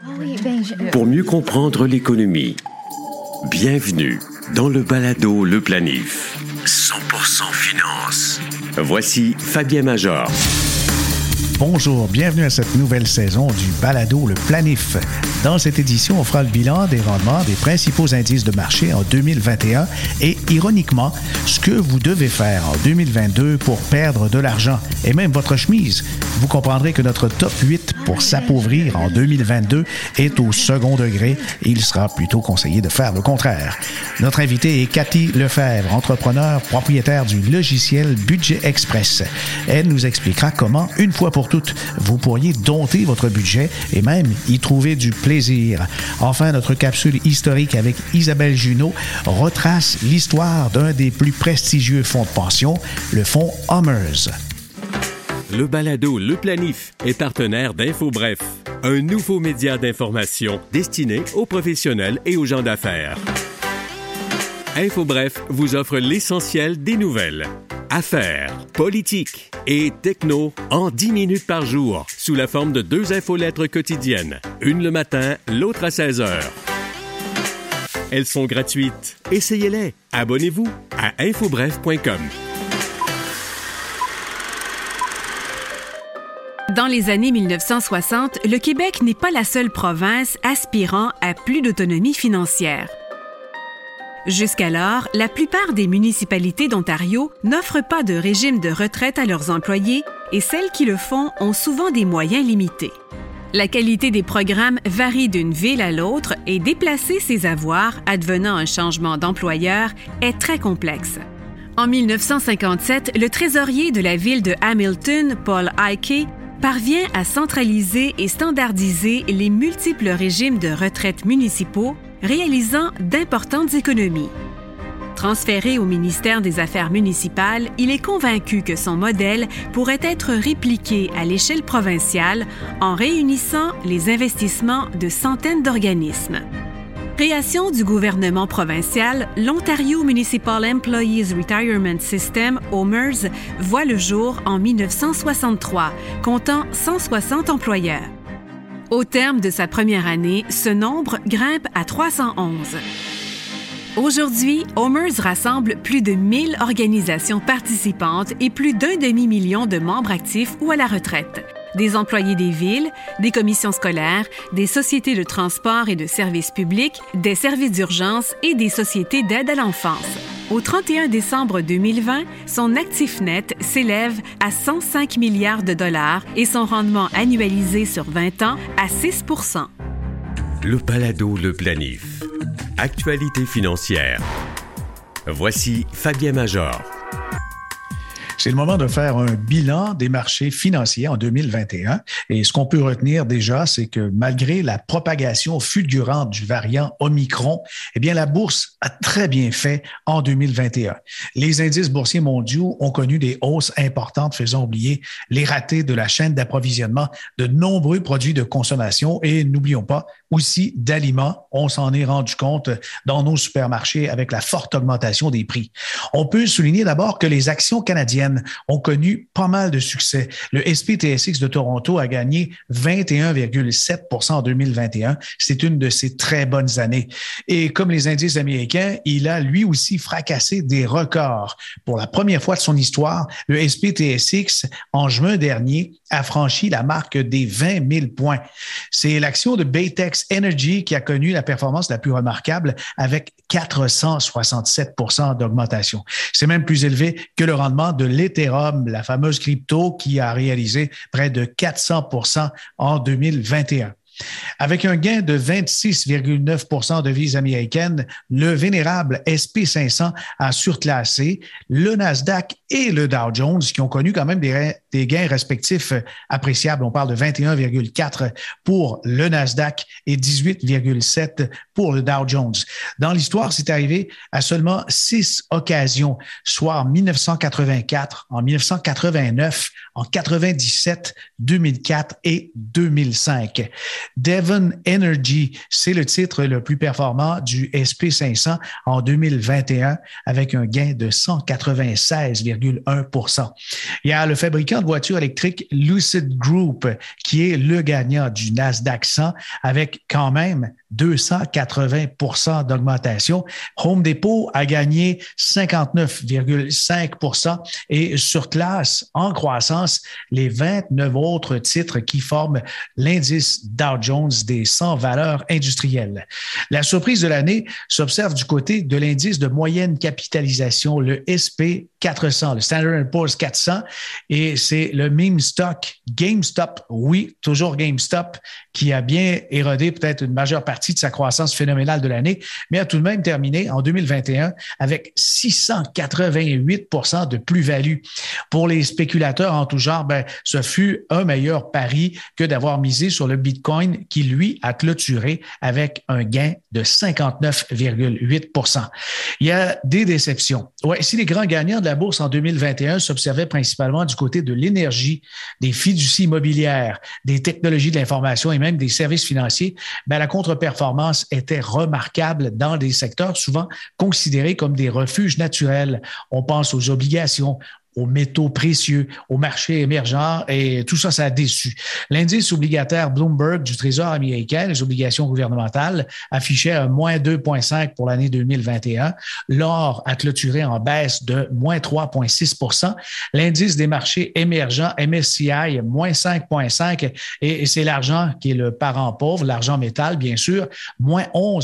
Pour mieux comprendre l'économie, bienvenue dans le balado Le Planif. 100% finance. Voici Fabien Major. Bonjour, bienvenue à cette nouvelle saison du balado Le Planif. Dans cette édition, on fera le bilan des rendements des principaux indices de marché en 2021 et, ironiquement, ce que vous devez faire en 2022 pour perdre de l'argent et même votre chemise. Vous comprendrez que notre top 8 pour s'appauvrir en 2022 est au second degré et il sera plutôt conseillé de faire le contraire. Notre invitée est Cathy Lefebvre, entrepreneur propriétaire du logiciel Budget Express. Elle nous expliquera comment, une fois pour toutes, vous pourriez dompter votre budget et même y trouver du plaisir. Enfin, notre capsule historique avec Isabelle Junot retrace l'histoire d'un des plus prestigieux fonds de pension, le fonds OMERS. Le balado Le Planif est partenaire d'InfoBref, un nouveau média d'information destiné aux professionnels et aux gens d'affaires. InfoBref vous offre l'essentiel des nouvelles. Affaires, politique et techno en 10 minutes par jour, sous la forme de 2 infolettres quotidiennes, une le matin, l'autre à 16 heures. Elles sont gratuites. Essayez-les. Abonnez-vous à infobref.com. Dans les années 1960, le Québec n'est pas la seule province aspirant à plus d'autonomie financière. Jusqu'alors, la plupart des municipalités d'Ontario n'offrent pas de régime de retraite à leurs employés et celles qui le font ont souvent des moyens limités. La qualité des programmes varie d'une ville à l'autre et déplacer ses avoirs, advenant un changement d'employeur, est très complexe. En 1957, le trésorier de la ville de Hamilton, Paul Hickey, parvient à centraliser et standardiser les multiples régimes de retraite municipaux, réalisant d'importantes économies. Transféré au ministère des Affaires municipales, il est convaincu que son modèle pourrait être répliqué à l'échelle provinciale en réunissant les investissements de centaines d'organismes. Création du gouvernement provincial, l'Ontario Municipal Employees Retirement System, OMERS, voit le jour en 1963, comptant 160 employeurs. Au terme de sa première année, ce nombre grimpe à 311. Aujourd'hui, OMERS rassemble plus de 1000 organisations participantes et plus d'1 demi-million de membres actifs ou à la retraite. Des employés des villes, des commissions scolaires, des sociétés de transport et de services publics, des services d'urgence et des sociétés d'aide à l'enfance. Au 31 décembre 2020, son actif net s'élève à 105 milliards de dollars et son rendement annualisé sur 20 ans à 6 %. Le balado Le Planif. Actualité financière. Voici Fabien Major. C'est le moment de faire un bilan des marchés financiers en 2021. Et ce qu'on peut retenir déjà, c'est que malgré la propagation fulgurante du variant Omicron, eh bien, la bourse a très bien fait en 2021. Les indices boursiers mondiaux ont connu des hausses importantes, faisant oublier les ratés de la chaîne d'approvisionnement de nombreux produits de consommation et, n'oublions pas, aussi d'aliments. On s'en est rendu compte dans nos supermarchés avec la forte augmentation des prix. On peut souligner d'abord que les actions canadiennes ont connu pas mal de succès. Le SP/TSX de Toronto a gagné 21,7 % en 2021. C'est une de ses très bonnes années. Et comme les indices américains, il a lui aussi fracassé des records. Pour la première fois de son histoire, le SP/TSX, en juin dernier, a franchi la marque des 20 000 points. C'est l'action de Baytex Energy qui a connu la performance la plus remarquable avec 467 % d'augmentation. C'est même plus élevé que le rendement de l'Ethereum, la fameuse crypto qui a réalisé près de 400 % en 2021. Avec un gain de 26,9 % de devises américaines, le vénérable SP500 a surclassé le Nasdaq et le Dow Jones qui ont connu quand même des gains respectifs appréciables. On parle de 21,4 pour le Nasdaq et 18,7 pour le Dow Jones. Dans l'histoire, c'est arrivé à seulement 6 occasions, soit en 1984, en 1989, en 97, 2004 et 2005. Dev Devon Energy, c'est le titre le plus performant du SP500 en 2021 avec un gain de 196,1%. Il y a le fabricant de voitures électriques Lucid Group qui est le gagnant du Nasdaq 100 avec quand même 280% d'augmentation. Home Depot a gagné 59,5% et surclasse en croissance les 29 autres titres qui forment l'indice Dow Jones des 100 valeurs industrielles. La surprise de l'année s'observe du côté de l'indice de moyenne capitalisation, le SP400, le Standard & Poor's 400, et c'est le meme stock GameStop, oui, toujours GameStop, qui a bien érodé peut-être une majeure partie de sa croissance phénoménale de l'année, mais a tout de même terminé en 2021 avec 688% de plus-value. Pour les spéculateurs en tout genre, ce fut un meilleur pari que d'avoir misé sur le Bitcoin qui, lui, a clôturé avec un gain de 59,8%. Il y a des déceptions. Ouais, si les grands gagnants de la bourse en 2021 s'observaient principalement du côté de l'énergie, des fiducies immobilières, des technologies de l'information et même des services financiers, la contre-performance était remarquable dans des secteurs souvent considérés comme des refuges naturels. On pense aux obligations, aux métaux précieux, aux marchés émergents, et tout ça, ça a déçu. L'indice obligataire Bloomberg du Trésor américain, les obligations gouvernementales, affichait un moins 2,5 pour l'année 2021. L'or a clôturé en baisse de moins 3,6 %. L'indice des marchés émergents, MSCI, moins 5,5 et c'est l'argent qui est le parent pauvre, l'argent métal, bien sûr, moins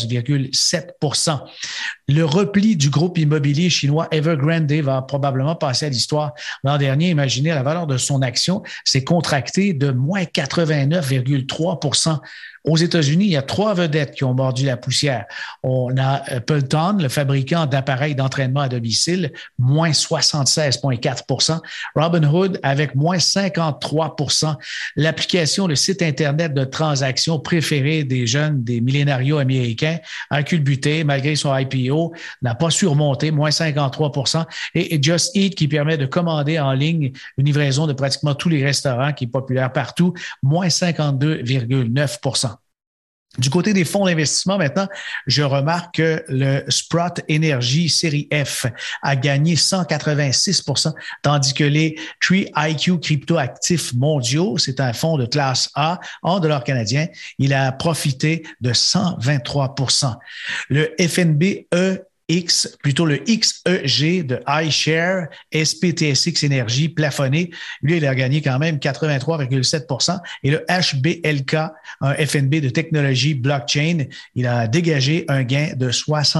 11,7 %. Le repli du groupe immobilier chinois Evergrande va probablement passer à l'histoire. L'an dernier, imaginez, la valeur de son action s'est contractée de moins 89,3 %. Aux États-Unis, il y a 3 vedettes qui ont mordu la poussière. On a Peloton, le fabricant d'appareils d'entraînement à domicile, moins 76,4 %. Robinhood avec moins 53 %. L'application, le site Internet de transactions préféré des jeunes, des millénarios américains, a culbuté malgré son IPO, n'a pas surmonté, moins 53 %. Et Just Eat, qui permet de commander en ligne une livraison de pratiquement tous les restaurants, qui est populaire partout, moins 52,9 %. Du côté des fonds d'investissement, maintenant, je remarque que le Sprott Energy série F a gagné 186 %, tandis que les Tree IQ Crypto-Actifs mondiaux, c'est un fonds de classe A en dollars canadiens, il a profité de 123 %. Le FNB plutôt le XEG de iShare, SPTSX Énergie plafonné, lui, il a gagné quand même 83,7 % et le HBLK, un FNB de technologie blockchain, il a dégagé un gain de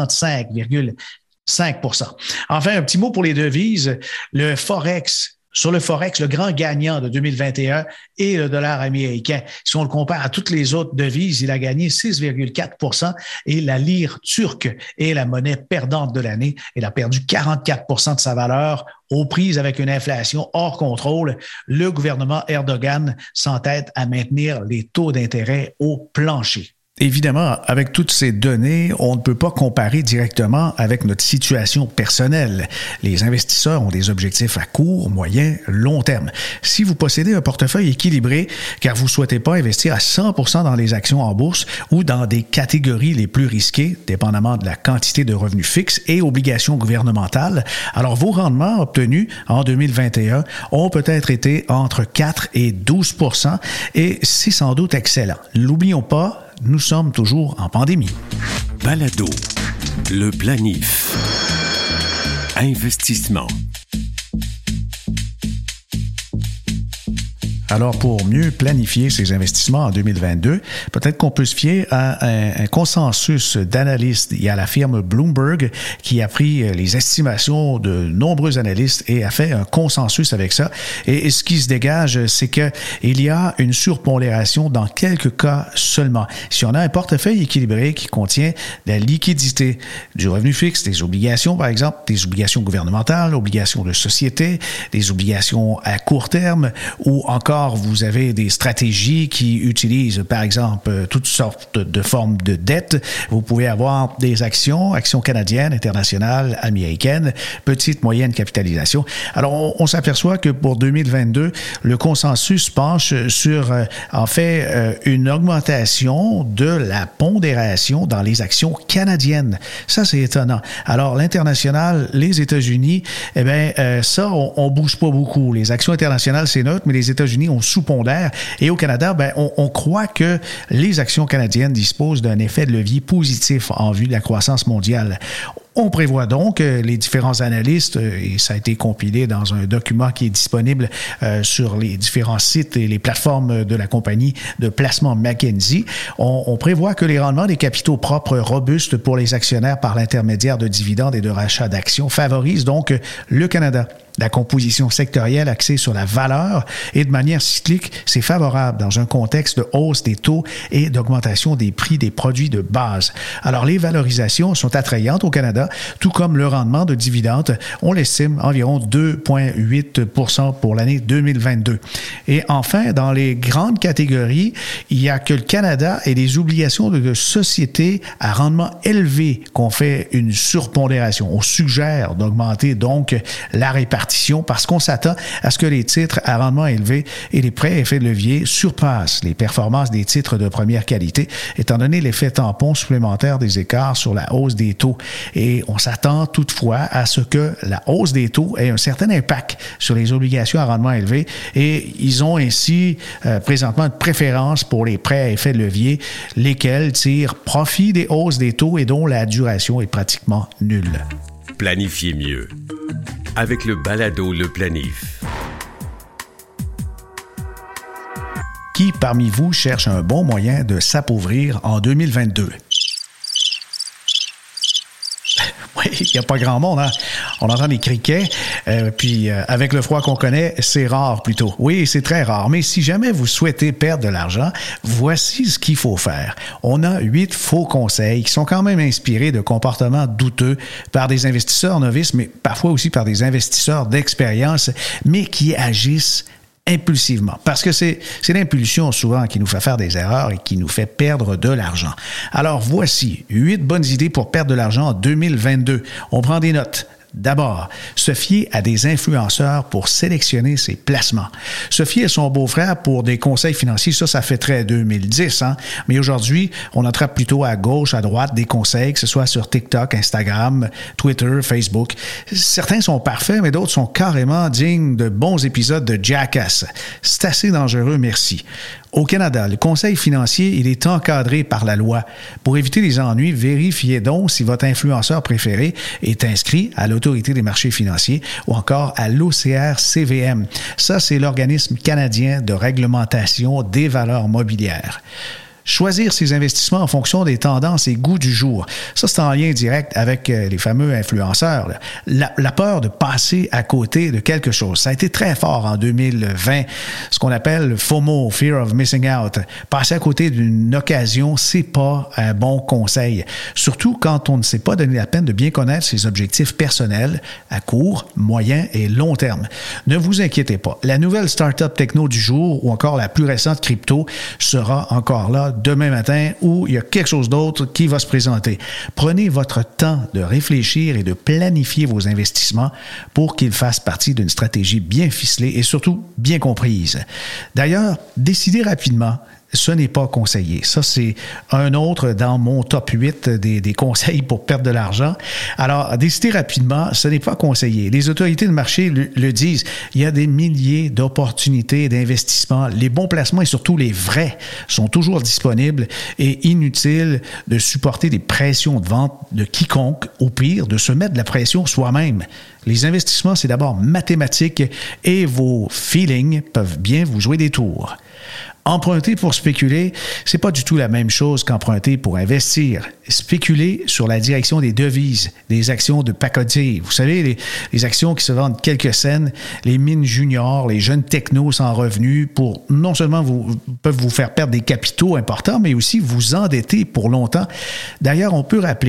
65,5 %. Enfin, un petit mot pour les devises, le Forex. Sur le Forex, le grand gagnant de 2021 est le dollar américain. Si on le compare à toutes les autres devises, il a gagné 6,4 % et la lire turque est la monnaie perdante de l'année. Elle a perdu 44 % de sa valeur aux prises avec une inflation hors contrôle. Le gouvernement Erdogan s'entête à maintenir les taux d'intérêt au plancher. Évidemment, avec toutes ces données, on ne peut pas comparer directement avec notre situation personnelle. Les investisseurs ont des objectifs à court, moyen, long terme. Si vous possédez un portefeuille équilibré, car vous ne souhaitez pas investir à 100% dans les actions en bourse ou dans des catégories les plus risquées, dépendamment de la quantité de revenus fixes et obligations gouvernementales, alors vos rendements obtenus en 2021 ont peut-être été entre 4 et 12 % et c'est sans doute excellent. N'oublions pas, nous sommes toujours en pandémie. Balado, le planif. Investissement. Alors, pour mieux planifier ses investissements en 2022, peut-être qu'on peut se fier à un consensus d'analystes. Il y a la firme Bloomberg qui a pris les estimations de nombreux analystes et a fait un consensus avec ça. Et ce qui se dégage, c'est qu'il y a une surpondération dans quelques cas seulement. Si on a un portefeuille équilibré qui contient de la liquidité, du revenu fixe, des obligations, par exemple, des obligations gouvernementales, obligations de société, des obligations à court terme ou encore encore, vous avez des stratégies qui utilisent, par exemple, toutes sortes de formes de dettes. Vous pouvez avoir des actions canadiennes, internationales, américaines, petites, moyennes capitalisation. Alors, on s'aperçoit que pour 2022, le consensus penche sur, une augmentation de la pondération dans les actions canadiennes. Ça, c'est étonnant. Alors, l'international, les États-Unis, ça, on bouge pas beaucoup. Les actions internationales, c'est neutre, mais les États-Unis, on sous-pondère. Et au Canada, on croit que les actions canadiennes disposent d'un effet de levier positif en vue de la croissance mondiale. On prévoit donc, les différents analystes, et ça a été compilé dans un document qui est disponible sur les différents sites et les plateformes de la compagnie de placement McKinsey, on prévoit que les rendements des capitaux propres robustes pour les actionnaires par l'intermédiaire de dividendes et de rachats d'actions favorisent donc le Canada. La composition sectorielle axée sur la valeur et de manière cyclique, c'est favorable dans un contexte de hausse des taux et d'augmentation des prix des produits de base. Alors, les valorisations sont attrayantes au Canada, tout comme le rendement de dividendes. On l'estime environ 2,8% pour l'année 2022. Et enfin, dans les grandes catégories, il n'y a que le Canada et les obligations de sociétés à rendement élevé qu'on fait une surpondération. On suggère d'augmenter donc la répartition parce qu'on s'attend à ce que les titres à rendement élevé et les prêts à effet de levier surpassent les performances des titres de première qualité, étant donné l'effet tampon supplémentaire des écarts sur la hausse des taux. Et on s'attend toutefois à ce que la hausse des taux ait un certain impact sur les obligations à rendement élevé et ils ont ainsi présentement une préférence pour les prêts à effet de levier, lesquels tirent profit des hausses des taux et dont la duration est pratiquement nulle. Planifiez mieux avec le balado Le Planif. Qui parmi vous cherche un bon moyen de s'appauvrir en 2022? Oui, il n'y a pas grand monde, hein? On entend des criquets, puis avec le froid qu'on connaît, c'est rare plutôt. Oui, c'est très rare, mais si jamais vous souhaitez perdre de l'argent, voici ce qu'il faut faire. On a 8 faux conseils qui sont quand même inspirés de comportements douteux par des investisseurs novices, mais parfois aussi par des investisseurs d'expérience, mais qui agissent impulsivement. Parce que c'est l'impulsion souvent qui nous fait faire des erreurs et qui nous fait perdre de l'argent. Alors voici 8 bonnes idées pour perdre de l'argent en 2022. On prend des notes. D'abord, se fier à des influenceurs pour sélectionner ses placements. Se fier à son beau-frère pour des conseils financiers, ça fait très 2010, hein? Mais aujourd'hui, on attrape plutôt à gauche, à droite des conseils, que ce soit sur TikTok, Instagram, Twitter, Facebook. Certains sont parfaits, mais d'autres sont carrément dignes de bons épisodes de Jackass. C'est assez dangereux, merci. Au Canada, le conseil financier, il est encadré par la loi. Pour éviter les ennuis, vérifiez donc si votre influenceur préféré est inscrit à l'Autorité des marchés financiers ou encore à l'OCR-CVM. Ça, c'est l'organisme canadien de réglementation des valeurs mobilières. Choisir ses investissements en fonction des tendances et goûts du jour. Ça, c'est en lien direct avec les fameux influenceurs. La peur de passer à côté de quelque chose. Ça a été très fort en 2020, ce qu'on appelle le FOMO, Fear of Missing Out. Passer à côté d'une occasion, c'est pas un bon conseil. Surtout quand on ne s'est pas donné la peine de bien connaître ses objectifs personnels à court, moyen et long terme. Ne vous inquiétez pas. La nouvelle start-up techno du jour ou encore la plus récente crypto sera encore là demain matin ou il y a quelque chose d'autre qui va se présenter. Prenez votre temps de réfléchir et de planifier vos investissements pour qu'ils fassent partie d'une stratégie bien ficelée et surtout bien comprise. D'ailleurs, décidez rapidement. Ce n'est pas conseillé. Ça, c'est un autre dans mon top 8 des conseils pour perdre de l'argent. Alors, décidez rapidement, ce n'est pas conseillé. Les autorités de marché le disent. Il y a des milliers d'opportunités d'investissement. Les bons placements et surtout les vrais sont toujours disponibles et inutile de supporter des pressions de vente de quiconque, au pire, de se mettre de la pression soi-même. Les investissements, c'est d'abord mathématique et vos feelings peuvent bien vous jouer des tours. Emprunter pour spéculer, c'est pas du tout la même chose qu'emprunter pour investir. Spéculer sur la direction des devises, des actions de pacotille. Vous savez, les actions qui se vendent quelques cents, les mines juniors, les jeunes technos sans revenus, pour non seulement peuvent vous faire perdre des capitaux importants, mais aussi vous endetter pour longtemps. D'ailleurs, on peut rappeler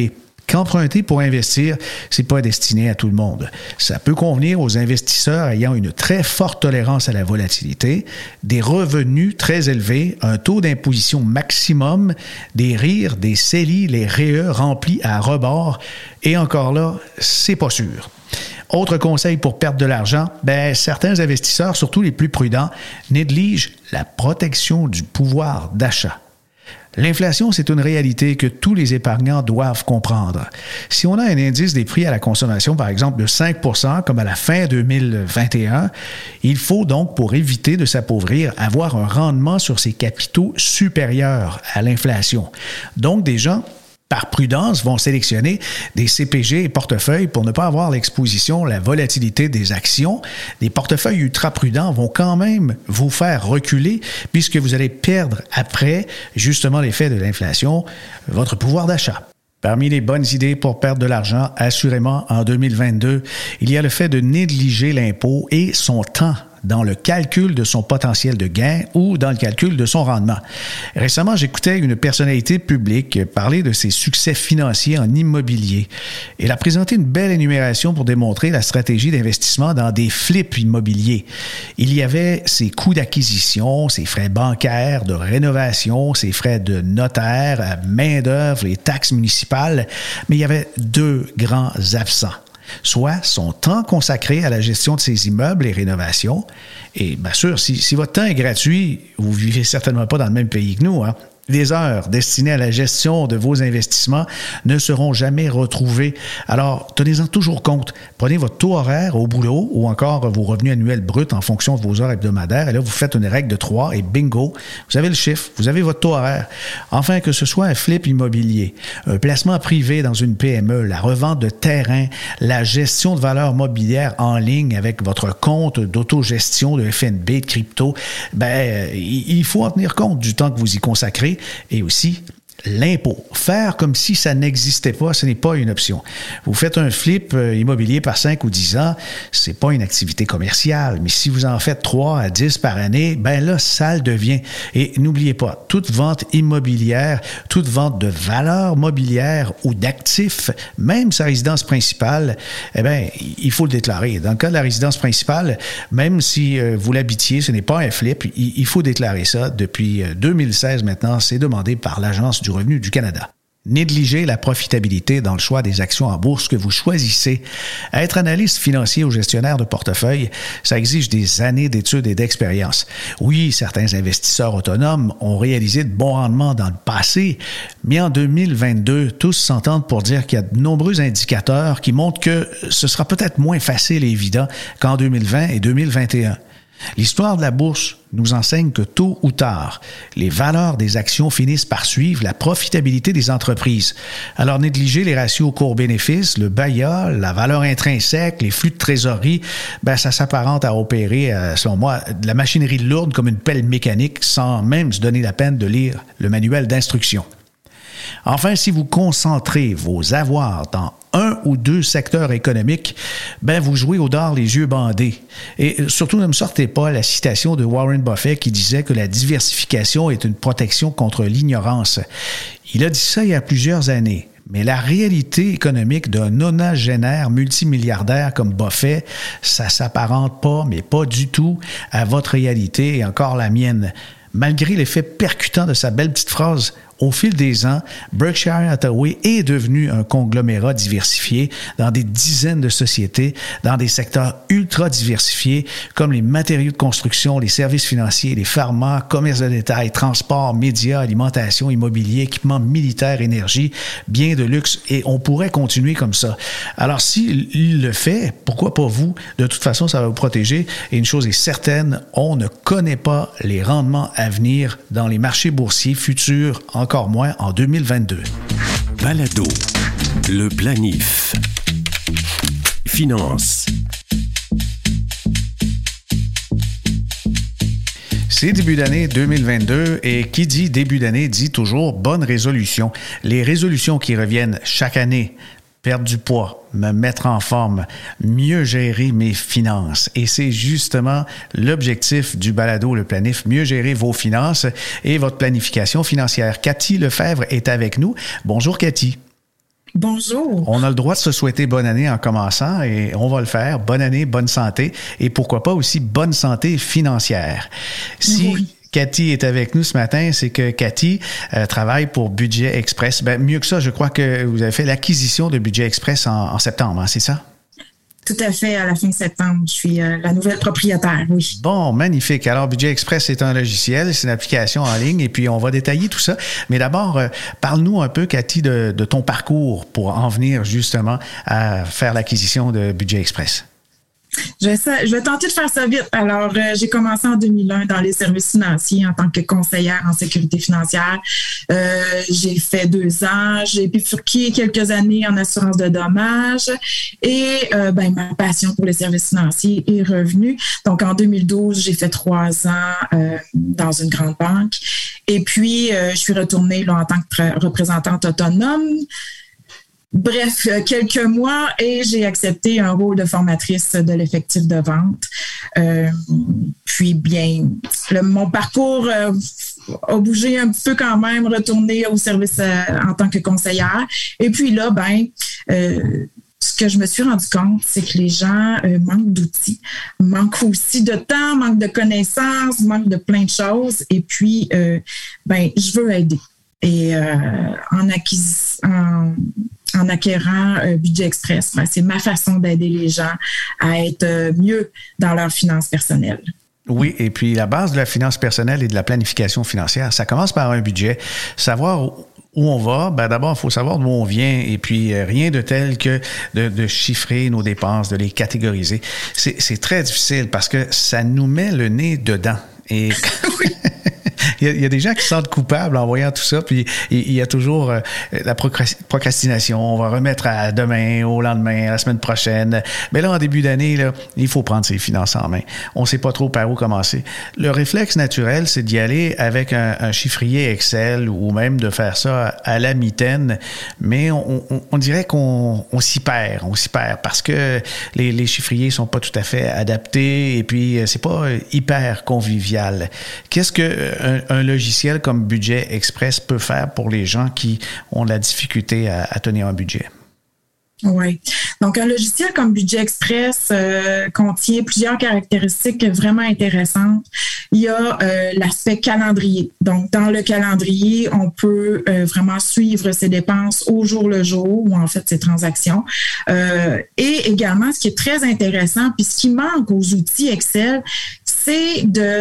qu'emprunter pour investir, c'est pas destiné à tout le monde. Ça peut convenir aux investisseurs ayant une très forte tolérance à la volatilité, des revenus très élevés, un taux d'imposition maximum, des RIR, des CELI, les REE remplis à rebord, et encore là, c'est pas sûr. Autre conseil pour perdre de l'argent, certains investisseurs, surtout les plus prudents, négligent la protection du pouvoir d'achat. L'inflation, c'est une réalité que tous les épargnants doivent comprendre. Si on a un indice des prix à la consommation, par exemple, de 5 % comme à la fin 2021, il faut donc, pour éviter de s'appauvrir, avoir un rendement sur ses capitaux supérieur à l'inflation. Donc, des gens, par prudence, vont sélectionner des CPG et portefeuilles pour ne pas avoir l'exposition, la volatilité des actions. Des portefeuilles ultra prudents vont quand même vous faire reculer puisque vous allez perdre après, justement, l'effet de l'inflation, votre pouvoir d'achat. Parmi les bonnes idées pour perdre de l'argent, assurément, en 2022, il y a le fait de négliger l'impôt et son temps dans le calcul de son potentiel de gain ou dans le calcul de son rendement. Récemment, j'écoutais une personnalité publique parler de ses succès financiers en immobilier. Elle a présenté une belle énumération pour démontrer la stratégie d'investissement dans des flips immobiliers. Il y avait ses coûts d'acquisition, ses frais bancaires, de rénovation, ses frais de notaire, main-d'œuvre, les taxes municipales, mais il y avait deux grands absents. Soit son temps consacré à la gestion de ses immeubles et rénovations. Et bien sûr, si votre temps est gratuit, vous ne vivez certainement pas dans le même pays que nous, hein? Les heures destinées à la gestion de vos investissements ne seront jamais retrouvées. Alors, tenez-en toujours compte. Prenez votre taux horaire au boulot ou encore vos revenus annuels bruts en fonction de vos heures hebdomadaires. Et là, vous faites une règle de 3 et bingo, vous avez le chiffre, vous avez votre taux horaire. Enfin, que ce soit un flip immobilier, un placement privé dans une PME, la revente de terrain, la gestion de valeurs mobilières en ligne avec votre compte d'autogestion de FNB, de crypto, il faut en tenir compte du temps que vous y consacrez. Et aussi, l'impôt. Faire comme si ça n'existait pas, ce n'est pas une option. Vous faites un flip immobilier par 5 ou 10 ans, c'est pas une activité commerciale, mais si vous en faites 3 à 10 par année, là, ça le devient. Et n'oubliez pas, toute vente immobilière, toute vente de valeurs mobilières ou d'actifs, même sa résidence principale, il faut le déclarer. Dans le cas de la résidence principale, même si vous l'habitiez, ce n'est pas un flip, il faut déclarer ça. Depuis 2016 maintenant, c'est demandé par l'Agence du revenu du Canada. Négligez la profitabilité dans le choix des actions en bourse que vous choisissez. Être analyste financier ou gestionnaire de portefeuille, ça exige des années d'études et d'expérience. Oui, certains investisseurs autonomes ont réalisé de bons rendements dans le passé, mais en 2022, tous s'entendent pour dire qu'il y a de nombreux indicateurs qui montrent que ce sera peut-être moins facile et évident qu'en 2020 et 2021. L'histoire de la bourse nous enseigne que tôt ou tard, les valeurs des actions finissent par suivre la profitabilité des entreprises. Alors, négliger les ratios cours-bénéfices, le BAYA, la valeur intrinsèque, les flux de trésorerie, ça s'apparente à opérer, selon moi, de la machinerie lourde comme une pelle mécanique sans même se donner la peine de lire le manuel d'instruction. Enfin, si vous concentrez vos avoirs dans un ou deux secteurs économiques, vous jouez au dard les yeux bandés. Et surtout, ne me sortez pas la citation de Warren Buffett qui disait que la diversification est une protection contre l'ignorance. Il a dit ça il y a plusieurs années. Mais la réalité économique d'un nonagénaire multimilliardaire comme Buffett, ça s'apparente pas, mais pas du tout, à votre réalité et encore la mienne. Malgré l'effet percutant de sa belle petite phrase, au fil des ans, Berkshire Hathaway est devenu un conglomérat diversifié dans des dizaines de sociétés, dans des secteurs ultra diversifiés comme les matériaux de construction, les services financiers, les pharma, commerce de détail, transport, médias, alimentation, immobilier, équipement militaire, énergie, biens de luxe, et on pourrait continuer comme ça. Alors, s'il le fait, pourquoi pas vous? De toute façon, ça va vous protéger. Et une chose est certaine, on ne connaît pas les rendements à venir dans les marchés boursiers futurs, encore moins en 2022. Balado, le planif. Finance. C'est début d'année 2022 et qui dit début d'année dit toujours bonne résolution. Les résolutions qui reviennent chaque année. Perdre du poids, me mettre en forme, mieux gérer mes finances. Et c'est justement l'objectif du balado, le planif, mieux gérer vos finances et votre planification financière. Cathy Lefebvre est avec nous. Bonjour Cathy. Bonjour. On a le droit de se souhaiter bonne année en commençant et on va le faire. Bonne année, bonne santé et pourquoi pas aussi bonne santé financière. Si Cathy est avec nous ce matin, c'est que Cathy travaille pour Budget Express. Mieux que ça, je crois que vous avez fait l'acquisition de Budget Express en septembre, hein, c'est ça? Tout à fait, à la fin septembre. Je suis la nouvelle propriétaire, oui. Bon, magnifique. Alors, Budget Express, c'est un logiciel, c'est une application en ligne et puis on va détailler tout ça. Mais d'abord, parle-nous un peu, Cathy, de ton parcours pour en venir justement à faire l'acquisition de Budget Express. Je vais tenter de faire ça vite. Alors, j'ai commencé en 2001 dans les services financiers en tant que conseillère en sécurité financière. J'ai fait 2 ans. J'ai bifurqué quelques années en assurance de dommages et ma passion pour les services financiers est revenue. Donc, en 2012, j'ai fait 3 ans dans une grande banque. Et puis, je suis retournée là, en tant que représentante autonome. Bref, quelques mois et j'ai accepté un rôle de formatrice de l'effectif de vente. Puis bien, mon parcours a bougé un peu quand même, retourné au service en tant que conseillère. Et puis là, ce que je me suis rendu compte, c'est que les gens manquent d'outils, manquent aussi de temps, manquent de connaissances, manquent de plein de choses. Et puis, je veux aider. Et en acquérant Budget Express, c'est ma façon d'aider les gens à être mieux dans leurs finances personnelles. Oui, et puis la base de la finance personnelle et de la planification financière, ça commence par un budget. Savoir où on va, d'abord, il faut savoir d'où on vient et puis rien de tel que de chiffrer nos dépenses, de les catégoriser. C'est très difficile parce que ça nous met le nez dedans. Et il y a des gens qui se sentent coupables en voyant tout ça, puis il y a toujours la procrastination. On va remettre à demain, au lendemain, à la semaine prochaine. Mais là, en début d'année, là, il faut prendre ses finances en main. On ne sait pas trop par où commencer. Le réflexe naturel, c'est d'y aller avec un chiffrier Excel ou même de faire ça à la mitaine. Mais on dirait qu'on s'y perd. On s'y perd parce que les chiffriers sont pas tout à fait adaptés et puis c'est pas hyper convivial. Qu'est-ce qu'un logiciel comme Budget Express peut faire pour les gens qui ont de la difficulté à tenir un budget? Oui. Donc, un logiciel comme Budget Express contient plusieurs caractéristiques vraiment intéressantes. Il y a l'aspect calendrier. Donc, dans le calendrier, on peut vraiment suivre ses dépenses au jour le jour ou en fait ses transactions. Et également, ce qui est très intéressant, puis ce qui manque aux outils Excel, c'est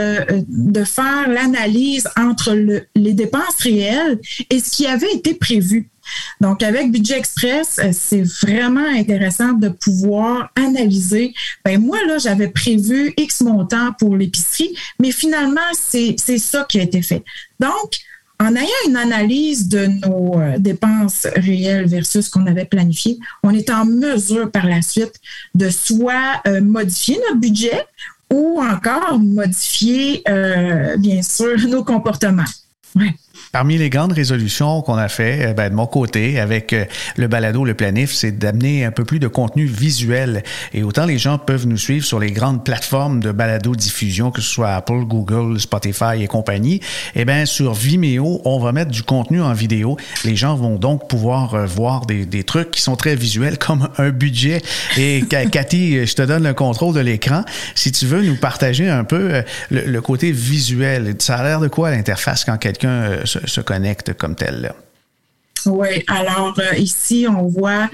de faire l'analyse entre les dépenses réelles et ce qui avait été prévu. Donc, avec Budget Express, c'est vraiment intéressant de pouvoir analyser. Moi, là, j'avais prévu X montant pour l'épicerie, mais finalement, c'est ça qui a été fait. Donc, en ayant une analyse de nos dépenses réelles versus ce qu'on avait planifié, on est en mesure par la suite de soit modifier notre budget ou encore modifier, bien sûr, nos comportements. Ouais. Parmi les grandes résolutions qu'on a fait, de mon côté, avec le balado, le planif, c'est d'amener un peu plus de contenu visuel. Et autant les gens peuvent nous suivre sur les grandes plateformes de balado-diffusion, que ce soit Apple, Google, Spotify et compagnie, sur Vimeo, on va mettre du contenu en vidéo. Les gens vont donc pouvoir voir des trucs qui sont très visuels, comme un budget. Et Cathy, je te donne le contrôle de l'écran. Si tu veux nous partager un peu le côté visuel, ça a l'air de quoi l'interface quand quelqu'un se connecte comme tel, là? Oui, alors ici, on voit,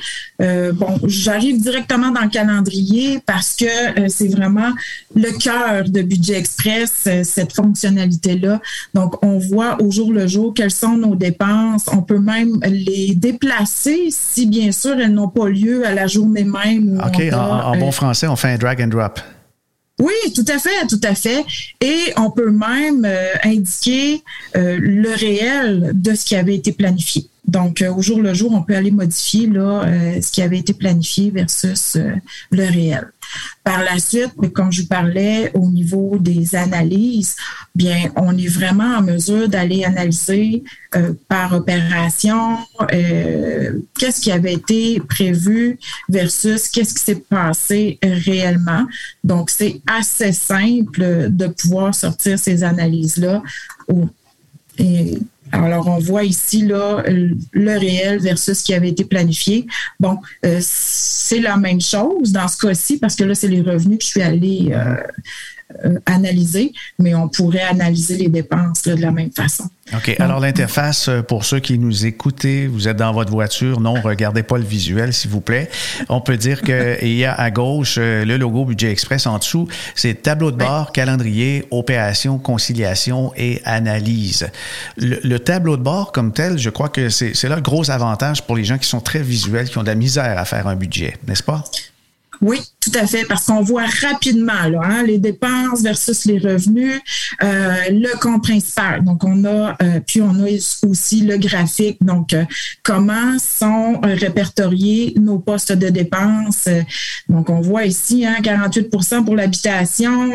j'arrive directement dans le calendrier parce que c'est vraiment le cœur de Budget Express, cette fonctionnalité-là. Donc, on voit au jour le jour quelles sont nos dépenses. On peut même les déplacer si, bien sûr, elles n'ont pas lieu à la journée même. OK, en bon français, on fait un drag and drop. Oui, tout à fait. Et on peut même indiquer le réel de ce qui avait été planifié. Donc, au jour le jour, on peut aller modifier ce qui avait été planifié versus le réel. Par la suite, comme je vous parlais, au niveau des analyses, bien, on est vraiment en mesure d'aller analyser par opération qu'est-ce qui avait été prévu versus qu'est-ce qui s'est passé réellement. Donc, c'est assez simple de pouvoir sortir ces analyses-là Alors, on voit ici là le réel versus ce qui avait été planifié. Bon, c'est la même chose dans ce cas-ci parce que là, c'est les revenus que je suis allée analyser, mais on pourrait analyser les dépenses là, de la même façon. OK. Alors, l'interface, pour ceux qui nous écoutent, vous êtes dans votre voiture, non, regardez pas le visuel, s'il vous plaît. On peut dire qu'il y a à gauche le logo Budget Express. En dessous, c'est tableau de bord, calendrier, opération, conciliation et analyse. Le tableau de bord comme tel, je crois que c'est là le gros avantage pour les gens qui sont très visuels, qui ont de la misère à faire un budget, n'est-ce pas? Oui, tout à fait, parce qu'on voit rapidement là, les dépenses versus les revenus, le compte principal. Donc, on a aussi le graphique. Donc, comment sont répertoriés nos postes de dépenses. Donc, on voit ici 48% pour l'habitation,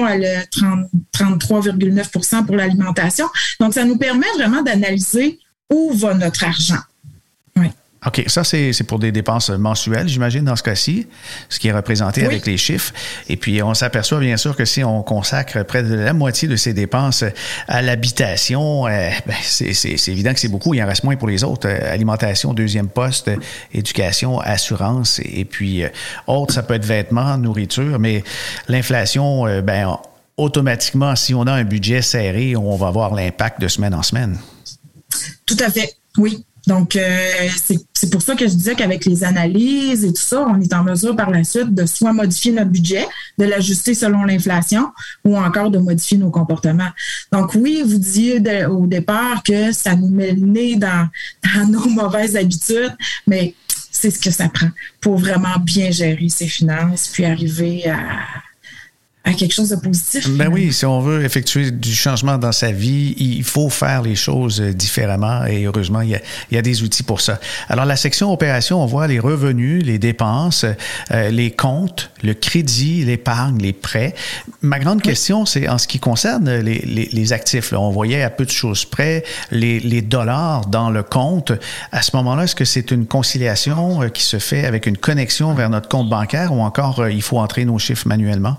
33,9% pour l'alimentation. Donc, ça nous permet vraiment d'analyser où va notre argent. Oui. OK, ça, c'est pour des dépenses mensuelles, j'imagine, dans ce cas-ci, ce qui est représenté avec les chiffres. Et puis, on s'aperçoit, bien sûr, que si on consacre près de la moitié de ces dépenses à l'habitation, c'est évident que c'est beaucoup. Il en reste moins pour les autres. Alimentation, deuxième poste, éducation, assurance, et puis autres, ça peut être vêtements, nourriture, mais l'inflation, automatiquement, si on a un budget serré, on va avoir l'impact de semaine en semaine. Tout à fait, oui. Donc, c'est pour ça que je disais qu'avec les analyses et tout ça, on est en mesure par la suite de soit modifier notre budget, de l'ajuster selon l'inflation ou encore de modifier nos comportements. Donc, oui, vous disiez au départ que ça nous met le nez dans nos mauvaises habitudes, mais c'est ce que ça prend pour vraiment bien gérer ses finances puis arriver à quelque chose de positif. Ben oui, si on veut effectuer du changement dans sa vie, il faut faire les choses différemment et heureusement, il y a des outils pour ça. Alors, la section opération, on voit les revenus, les dépenses, les comptes, le crédit, l'épargne, les prêts. Ma grande question, c'est en ce qui concerne les actifs. Là, on voyait à peu de choses près les dollars dans le compte. À ce moment-là, est-ce que c'est une conciliation qui se fait avec une connexion vers notre compte bancaire ou encore il faut entrer nos chiffres manuellement?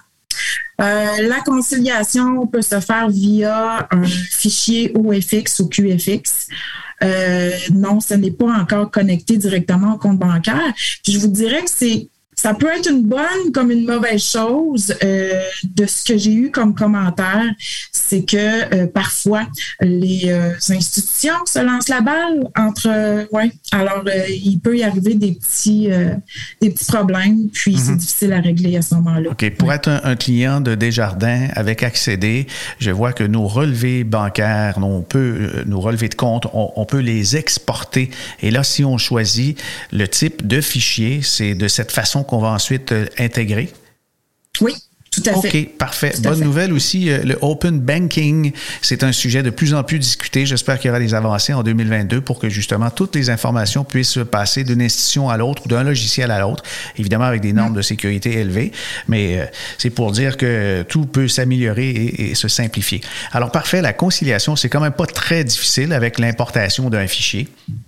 La conciliation peut se faire via un fichier OFX ou QFX. Non, ce n'est pas encore connecté directement au compte bancaire. Puis je vous dirais que ça peut être une bonne comme une mauvaise chose. De ce que j'ai eu comme commentaire, c'est que parfois les institutions se lancent la balle entre alors il peut y arriver des petits problèmes, puis c'est difficile à régler à ce moment-là. OK. Pour être un client de Desjardins avec Accéder, je vois que nos relevés bancaires, nos relevés de compte, on peut les exporter. Et là, si on choisit le type de fichier, c'est de cette façon qu'on va ensuite intégrer? Oui. Tout à fait. OK, parfait. Bonne nouvelle aussi, le Open Banking, c'est un sujet de plus en plus discuté. J'espère qu'il y aura des avancées en 2022 pour que justement toutes les informations puissent passer d'une institution à l'autre ou d'un logiciel à l'autre, évidemment avec des normes de sécurité élevées, mais c'est pour dire que tout peut s'améliorer et se simplifier. Alors parfait, la conciliation, c'est quand même pas très difficile avec l'importation d'un fichier.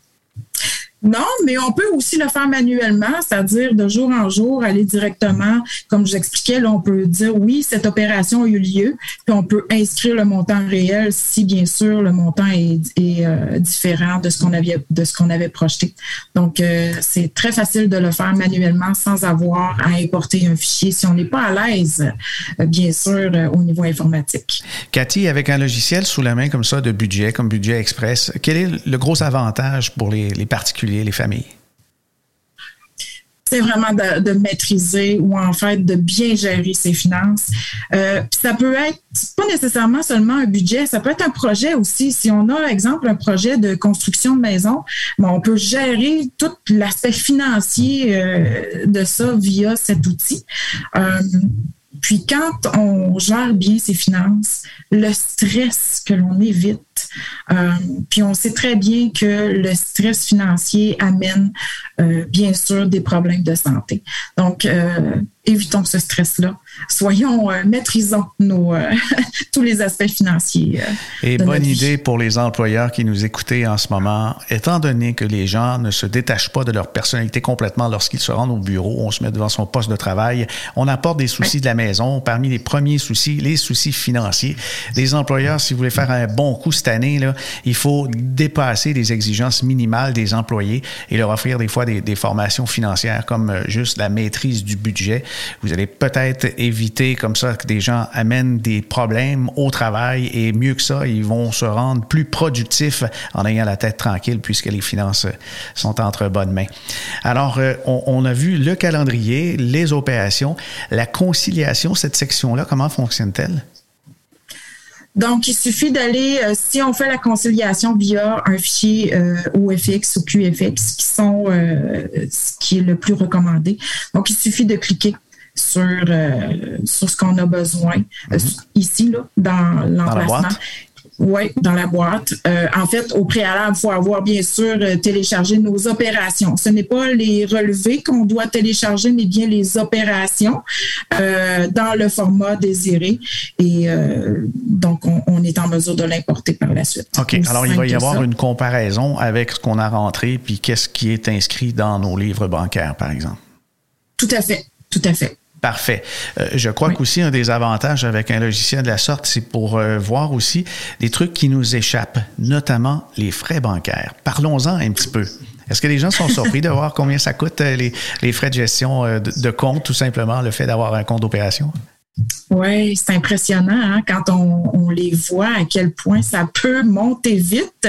Non, mais on peut aussi le faire manuellement, c'est-à-dire de jour en jour, aller directement, comme je vous expliquais, là, on peut dire oui, cette opération a eu lieu, puis on peut inscrire le montant réel si, bien sûr, le montant est différent de ce qu'on avait projeté. Donc, c'est très facile de le faire manuellement sans avoir à importer un fichier si on n'est pas à l'aise, bien sûr, au niveau informatique. Cathy, avec un logiciel sous la main comme ça de budget, comme Budget Express, quel est le gros avantage pour les particuliers, les familles? C'est vraiment de maîtriser ou en fait de bien gérer ses finances. Puis ça peut être pas nécessairement seulement un budget, ça peut être un projet aussi. Si on a, exemple, un projet de construction de maison, on peut gérer tout l'aspect financier de ça via cet outil. Puis quand on gère bien ses finances, le stress que l'on évite, puis on sait très bien que le stress financier amène bien sûr des problèmes de santé. Donc, évitons ce stress-là. Maîtrisons tous les aspects financiers. Et bonne idée pour les employeurs qui nous écoutaient en ce moment. Étant donné que les gens ne se détachent pas de leur personnalité complètement lorsqu'ils se rendent au bureau, on se met devant son poste de travail, on apporte des soucis de la maison. Parmi les premiers soucis, les soucis financiers. Les employeurs, si vous voulez faire un bon coup cette cette année, là, il faut dépasser les exigences minimales des employés et leur offrir des fois des formations financières comme juste la maîtrise du budget. Vous allez peut-être éviter comme ça que des gens amènent des problèmes au travail et mieux que ça, ils vont se rendre plus productifs en ayant la tête tranquille puisque les finances sont entre bonnes mains. Alors, on a vu le calendrier, les opérations, la conciliation, cette section-là, comment fonctionne-t-elle? Donc, il suffit d'aller, si on fait la conciliation via un fichier OFX ou QFX, ce qui est le plus recommandé. Donc, il suffit de cliquer sur ce qu'on a besoin ici, là, dans l'emplacement. Oui, dans la boîte. En fait, au préalable, il faut avoir bien sûr téléchargé nos opérations. Ce n'est pas les relevés qu'on doit télécharger, mais bien les opérations dans le format désiré. Et donc, on est en mesure de l'importer par la suite. OK. Alors, il va y avoir une comparaison avec ce qu'on a rentré puis qu'est-ce qui est inscrit dans nos livres bancaires, par exemple. Tout à fait. Tout à fait. Parfait. Je crois qu'aussi un des avantages avec un logiciel de la sorte, c'est pour voir aussi des trucs qui nous échappent, notamment les frais bancaires. Parlons-en un petit peu. Est-ce que les gens sont surpris de voir combien ça coûte les frais de gestion de compte, tout simplement, le fait d'avoir un compte d'opération? Oui, c'est impressionnant hein, quand on les voit, à quel point ça peut monter vite.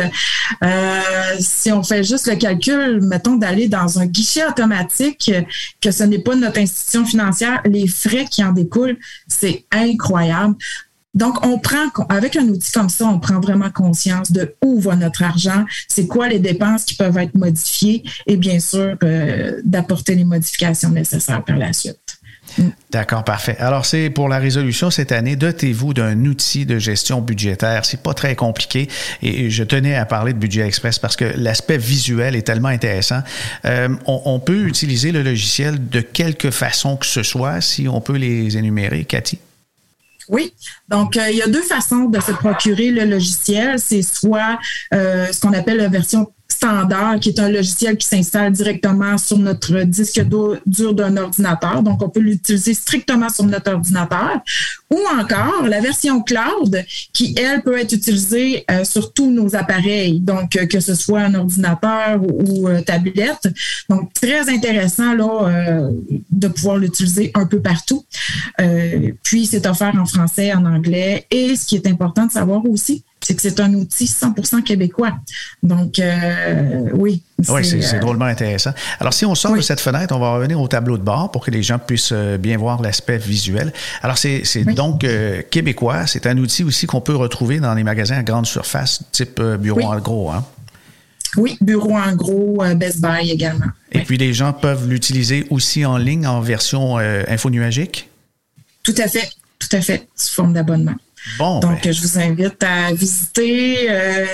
Si on fait juste le calcul, mettons, d'aller dans un guichet automatique, que ce n'est pas notre institution financière, les frais qui en découlent, c'est incroyable. Donc, avec un outil comme ça, on prend vraiment conscience de où va notre argent, c'est quoi les dépenses qui peuvent être modifiées et bien sûr, d'apporter les modifications nécessaires par la suite. D'accord, parfait. Alors, c'est pour la résolution cette année, dotez-vous d'un outil de gestion budgétaire. C'est pas très compliqué et je tenais à parler de Budget Express parce que l'aspect visuel est tellement intéressant. On peut utiliser le logiciel de quelque façon que ce soit, si on peut les énumérer. Cathy? Oui, donc il y a deux façons de se procurer le logiciel. C'est soit ce qu'on appelle la version standard, qui est un logiciel qui s'installe directement sur notre disque dur d'un ordinateur. Donc, on peut l'utiliser strictement sur notre ordinateur. Ou encore, la version cloud, qui, elle, peut être utilisée sur tous nos appareils. Donc, que ce soit un ordinateur ou tablette. Donc, très intéressant, là, de pouvoir l'utiliser un peu partout. Puis, c'est offert en français, en anglais. Et ce qui est important de savoir aussi, c'est que c'est un outil 100% québécois. Donc, oui. Oui, c'est drôlement intéressant. Alors, si on sort de cette fenêtre, on va revenir au tableau de bord pour que les gens puissent bien voir l'aspect visuel. Alors, c'est donc québécois. C'est un outil aussi qu'on peut retrouver dans les magasins à grande surface, type bureau en gros, hein? Oui, bureau en gros, Best Buy également. Et puis, les gens peuvent l'utiliser aussi en ligne en version infonuagique? Tout à fait, sous forme d'abonnement. Bon, donc, je vous invite à visiter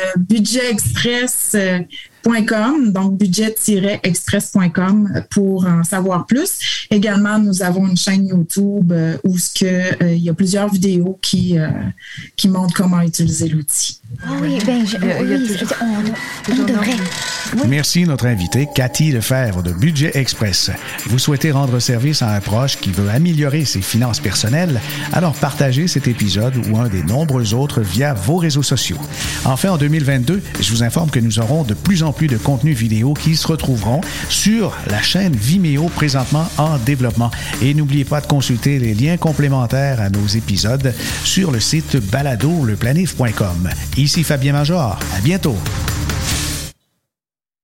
budgetexpress.com, donc budget-express.com pour en savoir plus. Également, nous avons une chaîne YouTube où il y a plusieurs vidéos qui montrent comment utiliser l'outil. Ah oui, on devrait. Oui. Merci notre invitée Cathy Lefebvre de Budget Express. Vous souhaitez rendre service à un proche qui veut améliorer ses finances personnelles? Alors partagez cet épisode ou un des nombreux autres via vos réseaux sociaux. Enfin, en 2022, je vous informe que nous aurons de plus en plus de contenus vidéo qui se retrouveront sur la chaîne Vimeo présentement en développement. Et n'oubliez pas de consulter les liens complémentaires à nos épisodes sur le site baladoleplanif.com. Ici Fabien Major. À bientôt.